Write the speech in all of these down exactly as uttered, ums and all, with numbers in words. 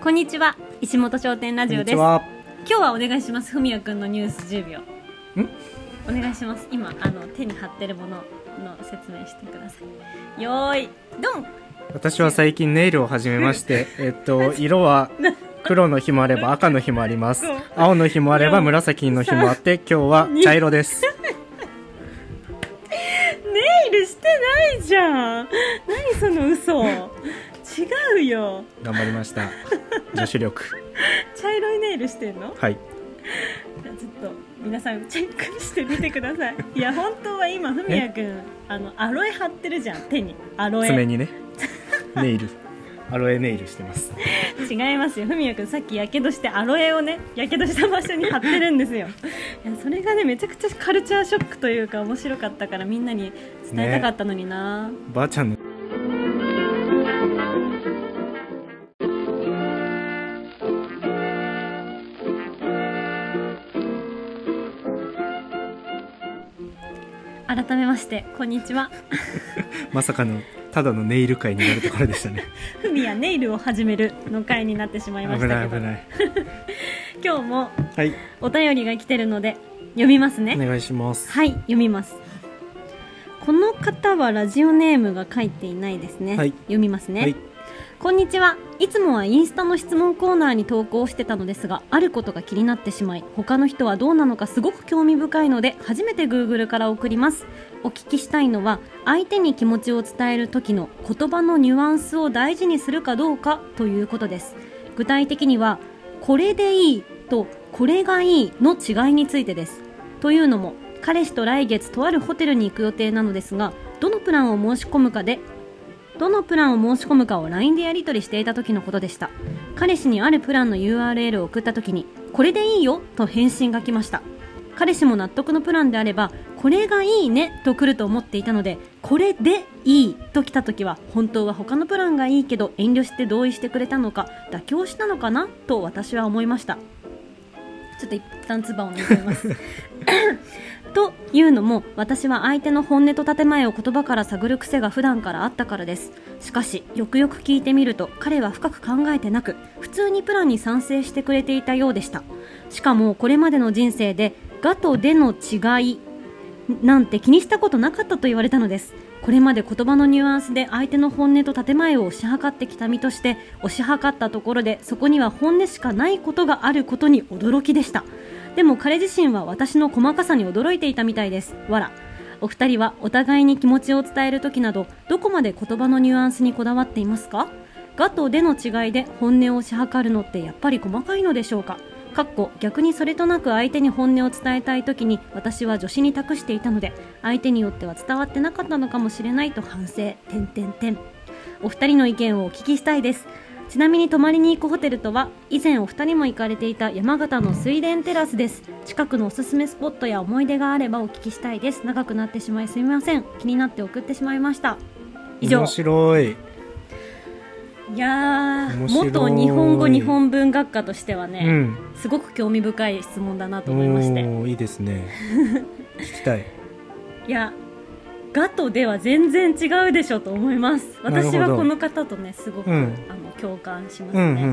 こんにちは、石本商店ラジオです。今日はお願いします。ふみやくんのニュースじゅうびょう。んお願いします。今あの手に貼ってるものの説明してください。よーいドン。 私は最近ネイルを始めましてえっと色は黒の日もあれば赤の日もあります。青の日もあれば紫の日もあって今日は茶色です。 ネイルしてないじゃん。何その嘘。違うよ。 頑張りました。女子力。 茶色いネイルしてんの？ はい。 ちょっと皆さんチェックしてみてください。いや本当は今ふみやくんあのアロエ貼ってるじゃん、手にアロエ。 爪にね。ネイル。アロエネイルしてます。 違いますよ。ふみやくんさっきやけどしてアロエをね、やけどした場所に貼ってるんですよ。いやそれがねめちゃくちゃカルチャーショックというか面白かったからみんなに伝えたかったのにな、ね、 ばあちゃんの改めましてこんにちは。 まさかのただのネイル会になるところでしたね。 ふみやネイルを始めるの会になってしまいましたけど、 危ない危ない。 今日もはいお便りが来てるので読みますね。 お願いします。 はい、読みます。この方はラジオネームが書いていないですね、 はい、 読みますね、 はい。 こんにちは。いつもはインスタの質問コーナーに投稿してたのですが、あることが気になってしまい、他の人はどうなのかすごく興味深いので初めて Google から送ります。お聞きしたいのは、相手に気持ちを伝える時の言葉のニュアンスを大事にするかどうかということです。具体的にはこれでいいとこれがいいの違いについてです。というのも、彼氏と来月とあるホテルに行く予定なのですが、どのプランを申し込むかでどのプランを申し込むかを ライン でやり取りしていた時のことでした。彼氏にあるプランの ユーアールエル を送った時に、これでいいよと返信が来ました。彼氏も納得のプランであれば、これがいいねと来ると思っていたので、これでいいと来た時は、本当は他のプランがいいけど遠慮して同意してくれたのか、妥協したのかなと私は思いました。ちょっと一旦唾を抜いてます。というのも、私は相手の本音と建前を言葉から探る癖が普段からあったからです。しかしよくよく聞いてみると、彼は深く考えてなく、普通にプランに賛成してくれていたようでした。しかもこれまでの人生でがとでの違いなんて気にしたことなかったと言われたのです。これまで言葉のニュアンスで相手の本音と建前を推し量ってきた身として、推し量ったところでそこには本音しかないことがあることに驚きでした。でも彼自身は私の細かさに驚いていたみたいです。わら。お二人はお互いに気持ちを伝えるときなど、どこまで言葉のニュアンスにこだわっていますか？がとでの違いで本音を推し量るのってやっぱり細かいのでしょうか？かっこ逆にそれとなく相手に本音を伝えたいときに、私は助詞に託していたので、相手によっては伝わってなかったのかもしれないと反省。てんてんてん。お二人の意見をお聞きしたいです。ちなみに泊まりに行くホテルとは、以前お二人も行かれていた山形の水田テラスです。近くのおすすめスポットや思い出があればお聞きしたいです。長くなってしまいすみません。気になって送ってしまいました。以上。 面白い。 いやー、元日本語日本文学科としてはね、うん、すごく興味深い質問だなと思いまして。 おー、いいですね。聞きたい。 いや、がとでは全然違うでしょと思います。私はこの方とねすごく、うん、あの共感しますね、うんうんうんうん、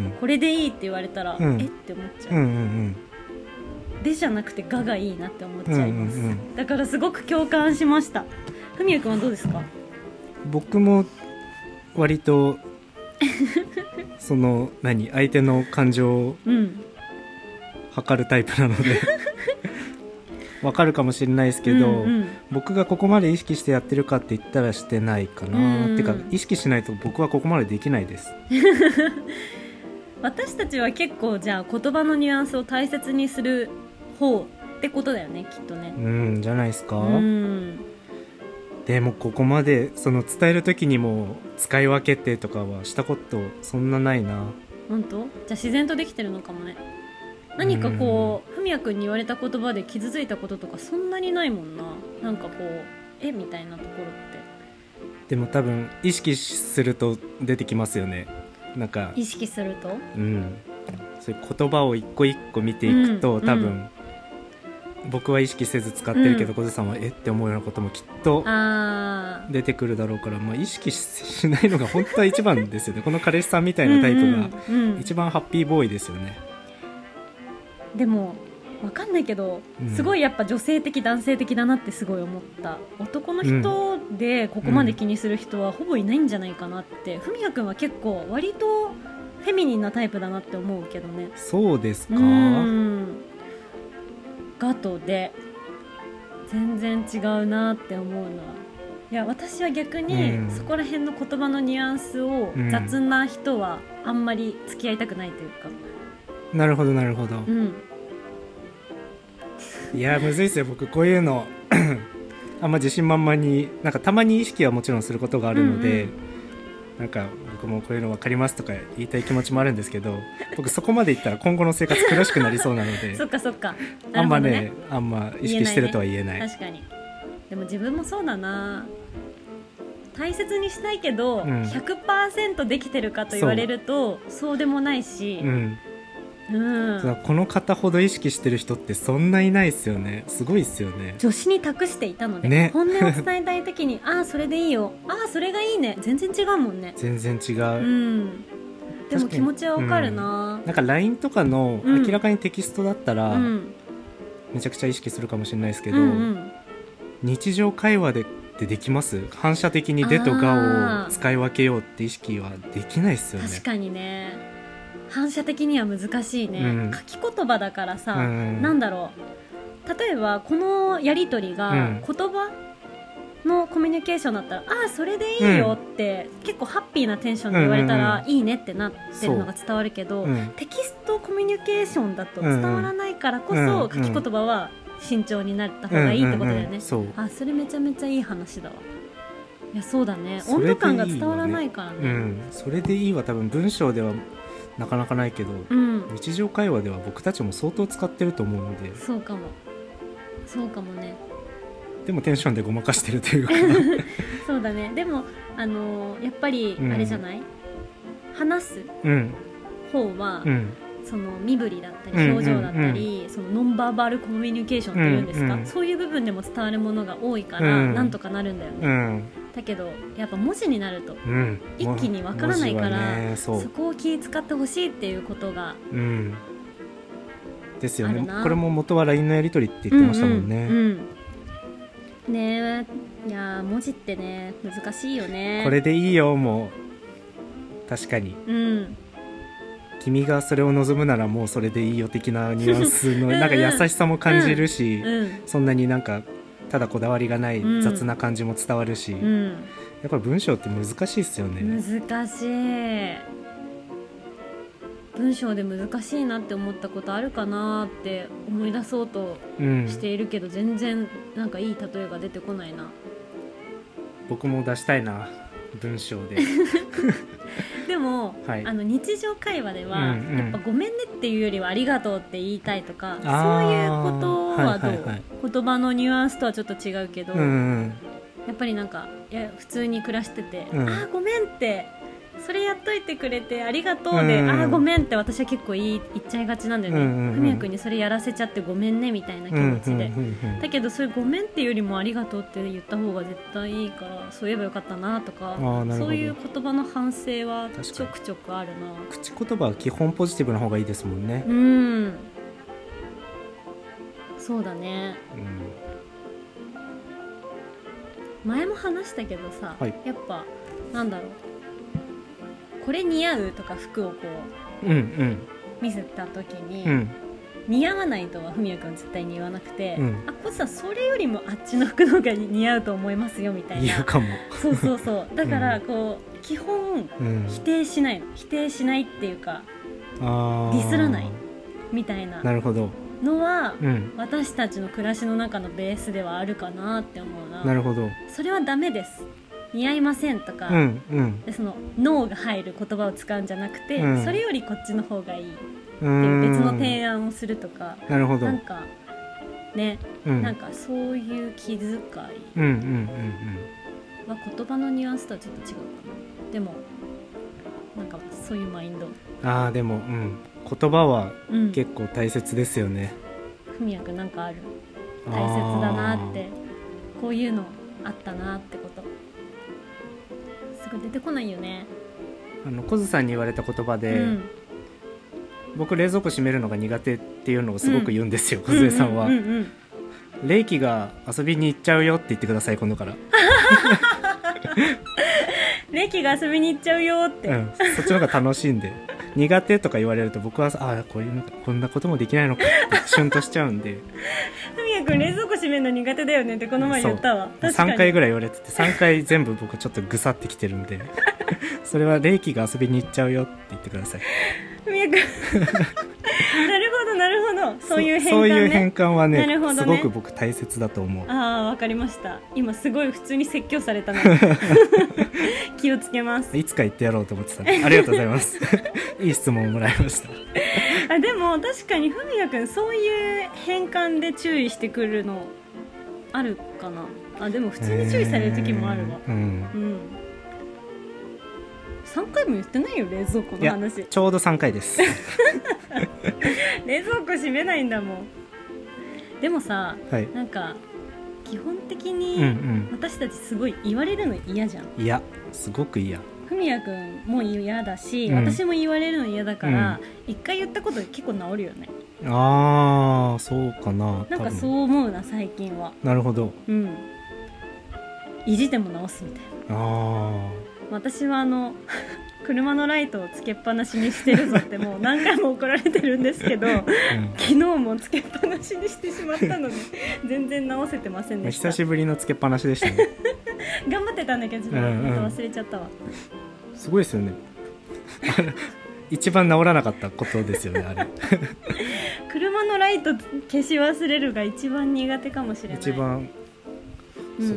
これでいいって言われたら、うん、えって思っちゃう、うんうんうん、でじゃなくてががいいなって思っちゃいます、うんうんうん、だからすごく共感しました。ふみやくんはどうですか？ 僕も割とその何相手の感情を測るタイプなので、わかるかもしれないですけど、うんうん、僕がここまで意識してやってるかって言ったらしてないかな、うん、てか意識しないと僕はここまでできないです。 私たちは結構じゃあ言葉のニュアンスを大切にする方ってことだよね、きっとね。 うんじゃないですか、 うん、 でもここまでその伝える時にも使い分けてとかはしたことそんなないな。 本当？じゃあ自然とできてるのかもね。何かこうふみやくんに言われた言葉で傷ついたこととかそんなにないもんな。なんかこうえみたいなところって。 でも多分意識すると出てきますよね。なんか意識すると、 うん、そういう言葉を一個一個見ていくと、うん、多分、 僕は意識せず使ってるけど、小、う、瀬、ん、さんはえって思うようなこともきっと出てくるだろうから、まあ、意識しないのが本当は一番ですよねこの彼氏さんみたいなタイプが一番ハッピーボーイですよね。 うんうん、でもわかんないけど、すごいやっぱ女性的男性的だなってすごい思った。男の人でここまで気にする人はほぼいないんじゃないかなって。ふみやくんは結構割とフェミニンなタイプだなって思うけどね。 そうですか。うん、ガトで全然違うなって思うのは、いや私は逆にそこら辺の言葉のニュアンスを雑な人はあんまり付き合いたくないというか、 うん、なるほどなるほど、うん、いやむずいですよ僕こういうのあんま自信満々になんかたまに意識はもちろんすることがあるので、うんうん、なんか僕もこういうの分かりますとか言いたい気持ちもあるんですけど僕そこまでいったら今後の生活苦しくなりそうなのでそっかそっか、 あんまねあんま意識してるとは言えない、 ね、確かに。でも自分もそうだな、大切にしたいけど、うん、ひゃくパーセント できてるかと言われると そ, そうでもないし、うんうん、この方ほど意識してる人ってそんないないですよね。すごいですよね。 女子に託していたので、ね、本音を伝えたい時にああそれでいいよ、ああそれがいいね、全然違うもんね。 全然違う、うん、 でも気持ちはわかるな、 うん、なんか ライン とかの明らかにテキストだったら、うん、めちゃくちゃ意識するかもしれないですけど、うんうん、日常会話でってできます？反射的にでとがを使い分けようって意識はできないですよね。 確かにね、反射的には難しいね、うん、書き言葉だからさ、うん、なんだろう、例えばこのやり取りが言葉のコミュニケーションだったら、うん、ああそれでいいよって、うん、結構ハッピーなテンションで言われたら、うんうんうん、いいねってなってるのが伝わるけど、うん、テキストコミュニケーションだと伝わらないからこそ、うんうん、書き言葉は慎重になった方がいいってことだよね、うんうんうん、そう、あそれめちゃめちゃいい話だわ。いやそうだね、温度感が伝わらないからね、うん、 それでいいは多分文章ではなかなかないけど、うん、日常会話では僕たちも相当使ってると思うので。 そうかもそうかもね。 でもテンションでごまかしてるというかそうだね。でもあのー、やっぱりあれじゃない、うん、話す方は、うん、その身振りだったり表情だったり、うんうんうん、そのノンバーバルコミュニケーションっていうんですか、うんうん、そういう部分でも伝わるものが多いから、うん、なんとかなるんだよね、うん、だけどやっぱ文字になると、うん、一気にわからないから、ね、そ, そこを気遣ってほしいっていうことが、うん、 ですよね。これも元は ライン のやり取りって言ってましたもんね、うんうんうん、ねえ、いや文字ってね難しいよね。 これでいいよもう確かに、うん、君がそれを望むならもうそれでいいよ的なニュアンスのなんか優しさも感じるし、うんうん、そんなになんかただこだわりがない雑な感じも伝わるし、うん、やっぱり文章って難しいですよね。 難しい。文章で難しいなって思ったことあるかなって思い出そうとしているけど、うん、全然なんかいい例えが出てこないな。 僕も出したいな文章ででも、はい、あの日常会話では、うんうん、やっぱごめんねっていうよりはありがとうって言いたいとか、そういうことはどう、はいはいはい、言葉のニュアンスとはちょっと違うけど、うんうん、やっぱりなんかいや普通に暮らしてて、うん、あーごめんってそれやっといてくれてありがとうで、うんうん、あーごめんって私は結構言い言っちゃいがちなんだよね、うんうんうん、ふみやくんにそれやらせちゃってごめんねみたいな気持ちで、うんうんうんうん、だけどそれごめんっていうよりもありがとうって言った方が絶対いいからそう言えばよかったなとか、そういう言葉の反省はちょくちょくあるな。 口言葉は基本ポジティブな方がいいですもんね。 うん、そうだね、うん、前も話したけどさ、はい、やっぱなんだろう、これ似合うとか服をこう、うんうん、見せた時に、うん、似合わないとはふみやくん絶対に言わなくて、うん、あこっちさそれよりもあっちの服の方が似合うと思いますよみたいな言うかも。 そうそうそうだからこう、うん、基本、うん、否定しない否定しないっていうかあディスらないみたいなのは、うん、私たちの暮らしの中のベースではあるかなって思うな。 なるほど。 それはダメです、似合いませんとか、うんうん、でその脳が入る言葉を使うんじゃなくて、うん、それよりこっちの方がいいっていう別の提案をするとか、 なるほど、 なんかね、うん、なんかそういう気遣いは言葉のニュアンスとはちょっと違うかな。でもなんかそういうマインド。 ああでも、うん、言葉は結構大切ですよね。 ふみやくんなんかある？ 大切だなって、こういうのあったなってことすぐ出てこないよね。 あの小津さんに言われた言葉で、うん、僕冷蔵庫閉めるのが苦手っていうのをすごく言うんですよ、うん、小津さんは、うんうんうんうん、霊気が遊びに行っちゃうよって言ってください今度から霊気が遊びに行っちゃうよって、うん、 そっちの方が楽しいんで苦手とか言われると僕はああこういうのこんなこともできないのかってシュンとしちゃうんでふみやくん冷蔵庫閉めるの苦手だよねってこの前言ったわ。確かにさんかいぐらい言われててさんかい全部僕ちょっとぐさってきてるんでそれは霊気が遊びに行っちゃうよって言ってくださいふみやくんなるほどなるほど、そういう変換ね。 そういう変換は ね, ねすごく僕大切だと思う。 ああわかりました。今すごい普通に説教されたの気をつけます。 いつか言ってやろうと思ってた、ね、ありがとうございますいい質問をもらいましたあでも確かにふみやくんそういう変換で注意してくるのあるかなあ。でも普通に注意される時もあるわ、えー、うん、うんさんかいも言ってないよ冷蔵庫の話。 ちょうどさんかいです冷蔵庫閉めないんだもん。でもさ、はい、なんか基本的に私たちすごい言われるの嫌じゃん。 いやすごく嫌。 ふみやくんも嫌だし、うん、私も言われるの嫌だから、うん、一回言ったこと結構治るよね。 ああそうかな。 なんかそう思うな最近は。 なるほど。 うん意地でも直すみたいな。 あ私はあの車のライトをつけっぱなしにしてるぞってもう何回も怒られてるんですけど、うん、昨日もつけっぱなしにしてしまったので全然直せてませんでした。 久しぶりのつけっぱなしでしたね頑張ってたんだけどちょっと忘れちゃったわ、 うんうん、すごいですよね一番治らなかったことですよねあれ車のライト消し忘れるが一番苦手かもしれない。 一番うんうん、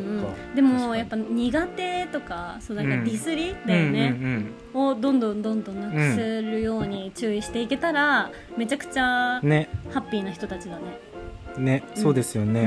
でもやっぱ苦手とかそうなんかディスりだよね、うんうんうん、をどんどんどんどんなくせるように注意していけたら、うん、めちゃくちゃハッピーな人たちだね。 ね、うん、そうですよね、うん、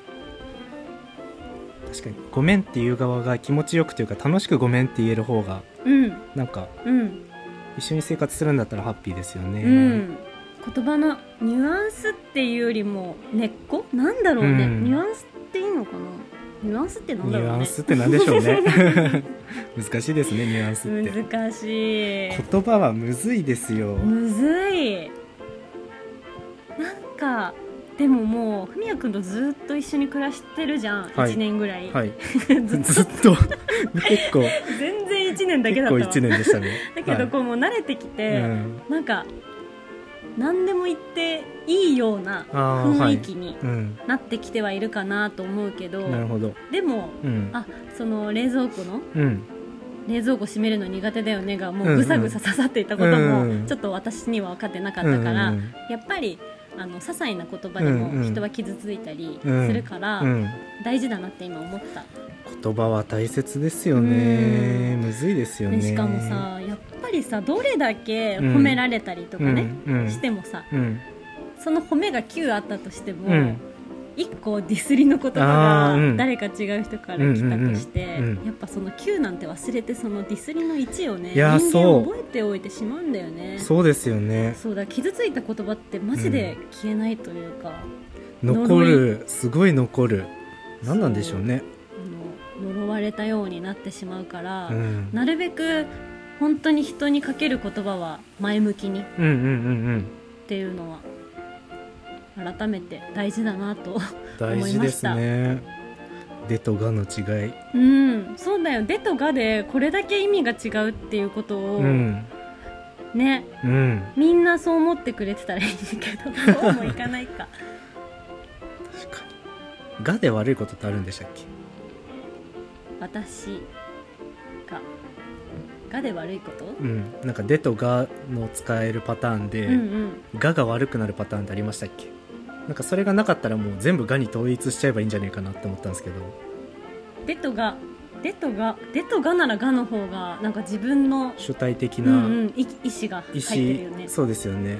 確かにごめんっていう側が気持ちよくというか楽しくごめんって言える方が、うん、なんか、うん、一緒に生活するんだったらハッピーですよね、うん、 言葉のニュアンスっていうよりも根っこなんだろうね、うん、ニュアンスっていいのかな。ニュアンスってなんだろうね。 ニュアンスってなんでしょうね難しいですねニュアンスって。 難しい。 言葉はむずいですよ。 むずい。なんかでももうふみやくんとずっと一緒に暮らしてるじゃん、はい、いちねんぐらい、はい、 ず, ずっと結構全然いちねんだけだったわ。 結構いちねんでしたねだけどこうもう慣れてきて、はい、なんか何でも言っていいような雰囲気になってきてはいるかなと思うけど、 なるほど。 でも、うん、あその冷蔵庫の、うん、冷蔵庫閉めるの苦手だよねがもうぐさぐさ刺さっていたこともちょっと私には分かってなかったから、うんうん、やっぱりあの些細な言葉でも人は傷ついたりするから、うんうん、大事だなって今思った。 言葉は大切ですよね、うん、むずいですよね。 しかもさやっぱりさどれだけ褒められたりとかね、うんうん、してもさ、うん、その褒めがきゅうあったとしても、うん、いっこディスりの言葉が誰か違う人から来たとして、うんうんうん、やっぱそのきゅうなんて忘れてそのディスりのいちをね人間覚えておいてしまうんだよね。 そうですよね。 そうだ傷ついた言葉ってマジで消えないというか、 うん、残るすごい残る。何なんでしょうね。 呪われたようになってしまうから、うん、なるべく本当に人にかける言葉は前向きにっていうのは改めて大事だなと思いました。 大事ですね。でとがの違い。 うんそうだよ。でとがでこれだけ意味が違うっていうことを、うん、ね、うん、みんなそう思ってくれてたらいいけどそうもいかないか確かに。がで悪いことってあるんでしたっけ。 私ががで悪いこと、 うん、なんかでとがの使えるパターンで、うんうん、がが悪くなるパターンってありましたっけ。なんかそれがなかったらもう全部がに統一しちゃえばいいんじゃないかなって思ったんですけど。 でとがでとがでとがならがの方がなんか自分の主体的な、 うんうん、意思が入ってるよね。 そうですよね。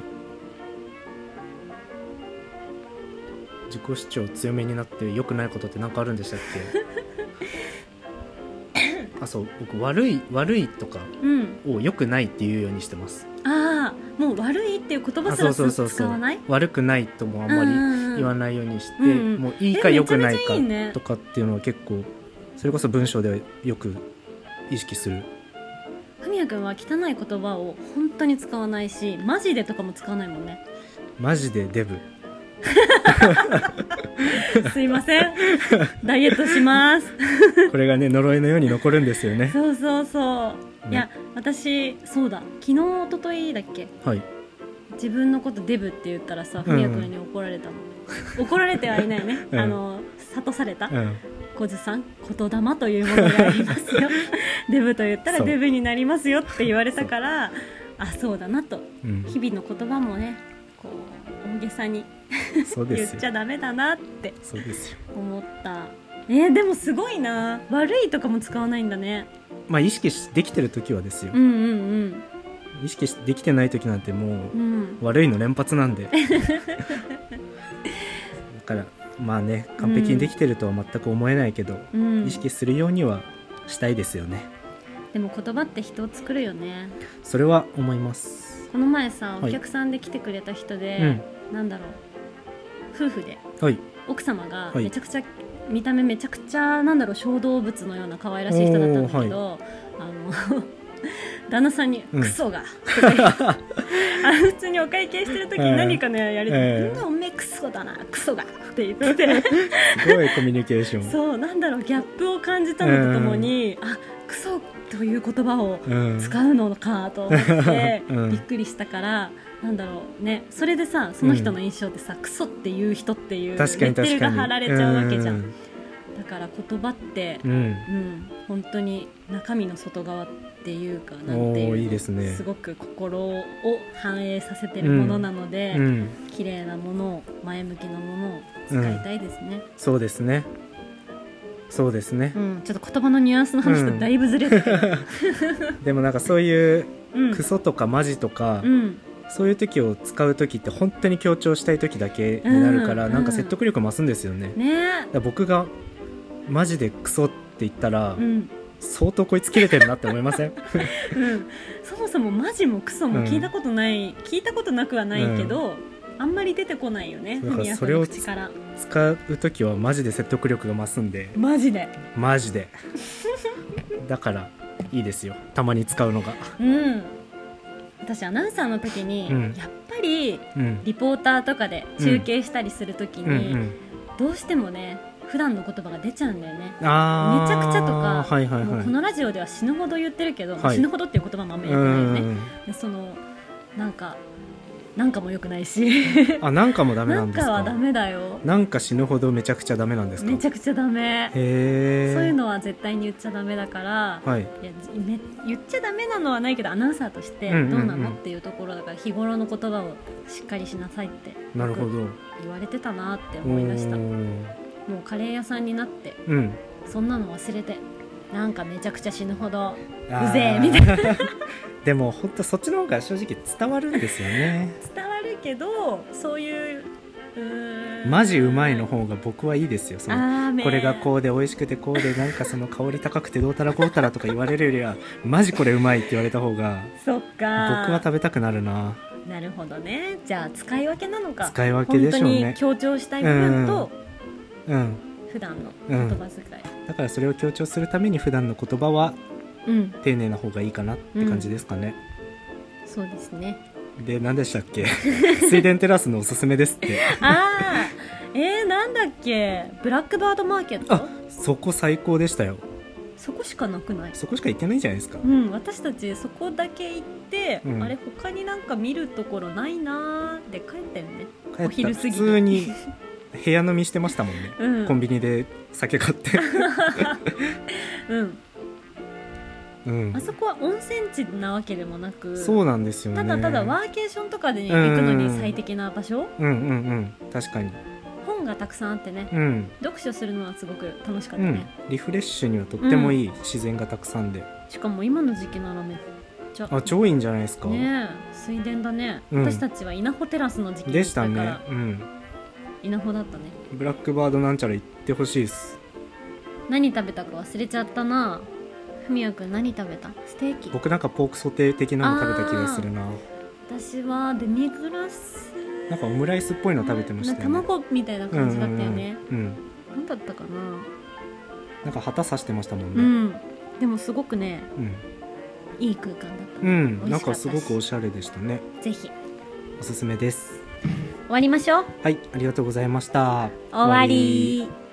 自己主張強めになって良くないことって何かあるんでしたっけあそう僕悪い悪いとかを良くないっていうようにしてます、 うん、ああもう悪いっっていう言葉すらそうそうそうそう使わない。 悪くないともあんまり言わないようにして、 うんうんうん、 もういいか良くないかいいねとかっていうのは結構それこそ文章ではよく意識する。 ふみやくんは汚い言葉を本当に使わないし、マジでとかも使わないもんね。 マジでデブすいませんダイエットしますこれがね呪いのように残るんですよね。 そうそうそう、 ね、 いや私そうだ、昨日一昨日だっけ、 はい、 自分のことデブって言ったらさ、ふみやくんに怒られたの、うん、怒られてはいないね、うん、あの諭された、うん、小津さん言霊というものがありますよデブと言ったらデブになりますよって言われたから、あ、そうだなと、うん、日々の言葉もねこう大げさに言っちゃダメだなって思った。えー、でもすごいな、悪いとかも使わないんだね。 まあ意識できてる時はですよ、 うんうんうん、 意識できてない時なんてもう、うん、悪いの連発なんでだからまあね完璧にできてるとは全く思えないけど、うん、意識するようにはしたいですよね。 でも言葉って人を作るよね。 それは思います。 この前さ、お客さんで来てくれた人で、はい、なんだろう、夫婦で、はい、奥様がめちゃくちゃ、はい、見た目めちゃくちゃなんだろう小動物のような可愛らしい人だったんだけど、はい、あの旦那さんにクソが、うん、とかあ普通にお会計してる時に何かねやりて、えー、なんだおめえクソだなクソがって言っててすごいコミュニケーションそうなんだろうギャップを感じたのとともに、えー、あクソという言葉を使うのかと思って、うん、びっくりしたから、なんだろうね、それでさその人の印象ってさ、うん、クソっていう人っていうレッテルが貼られちゃうわけじゃん。だから言葉って、うんうん、本当に中身の外側っていうかなんていう、 いいですね、 すごく心を反映させてるものなので、うんうん、綺麗なものを前向きなものを使いたいですね、 うん、そうですねそうですね、 うん、ちょっと言葉のニュアンスの話とだいぶずれてる、 うん、でもなんかそういうクソとかマジとか、うん、そういう時を使う時って本当に強調したい時だけになるから、うん、なんか説得力増すんですよね、ね、だ僕がマジでクソって言ったら、うん、相当こいつ切れてるなって思いません、うん、 そもそもマジもクソも聞いたことない、うん、聞いたことなくはないけど、うん、あんまり出てこないよね。 だからそれを使う時はマジで説得力が増すんで、 マジでマジでだからいいですよたまに使うのが。 うん、私アナウンサーの時に、うん、やっぱりリポーターとかで中継したりする時に、うんうんうん、どうしてもね普段の言葉が出ちゃうんだよね。あめちゃくちゃとか、はいはいはい、もうこのラジオでは死ぬほど言ってるけど、はい、死ぬほどっていう言葉もあんまり言ってないよね。でそのなんかなんかも良くないしあなんかもダメなんですか。 なんかはダメだよ。 なんか死ぬほどめちゃくちゃダメなんですか。 めちゃくちゃダメ。へそういうのは絶対に言っちゃダメだから、はい、いやめ言っちゃダメなのはないけどアナウンサーとしてどうなの、うんうんうん、っていうところだから日頃の言葉をしっかりしなさいってなるほど言われてたなって思い出した。もうカレー屋さんになって、うん、そんなの忘れてなんかめちゃくちゃ死ぬほどうぜえみたいなでも本当そっちの方が正直伝わるんですよね。 伝わるけどそういううマジうまいの方が僕はいいですよ。そのこれがこうで美味しくてこうでなんかその香り高くてどうたらこうたらとか言われるよりはマジこれうまいって言われた方がそっか僕は食べたくなるな。 なるほどね。じゃあ使い分けなのか。 使い分けでしょうね。 本当に強調したい部分と、うん、普段の言葉遣い、 うん、だからそれを強調するために普段の言葉は、うん、丁寧な方がいいかなって感じですかね、 うん、そうですね。 で何でしたっけ水田テラスのおすすめですってあーえー、なんだっけブラックバードマーケット。 あそこ最高でしたよ。 そこしかなくない。 そこしか行ってないじゃないですか。 うん、私たちそこだけ行って、うん、あれ他になんか見るところないなーって帰ったよね。帰ったお昼過ぎ普通に部屋飲みしてましたもんね、うん、コンビニで酒買ってうんうん、あそこは温泉地なわけでもなくそうなんですよね。 ただただワーケーションとかで行くのに最適な場所、 うんうんうん、確かに本がたくさんあってね、うん、読書するのはすごく楽しかったね、 うん、リフレッシュにはとってもいい、うん、自然がたくさんでしかも今の時期ならめっちゃあ超いいんじゃないですかね。水田だね、うん、私たちは稲穂テラスの時期でしたね、うん、 稲穂だったね。 ブラックバードなんちゃら行ってほしいです。 何食べたか忘れちゃったな。ふみやくん何食べた。ステーキ。 僕なんかポークソテー的なの食べた気がするな。 私はデミグラスなんかオムライスっぽいの食べてましたよね。 卵みたいな感じだったよね。 うんうんうん、 何だったかな。 なんか旗さしてましたもんね。 うん、でもすごくね、うん、いい空間だった。 うん、なんかすごくおしゃれでしたね。 ぜひおすすめです。 終わりましょう。 はい、ありがとうございました。 終わり。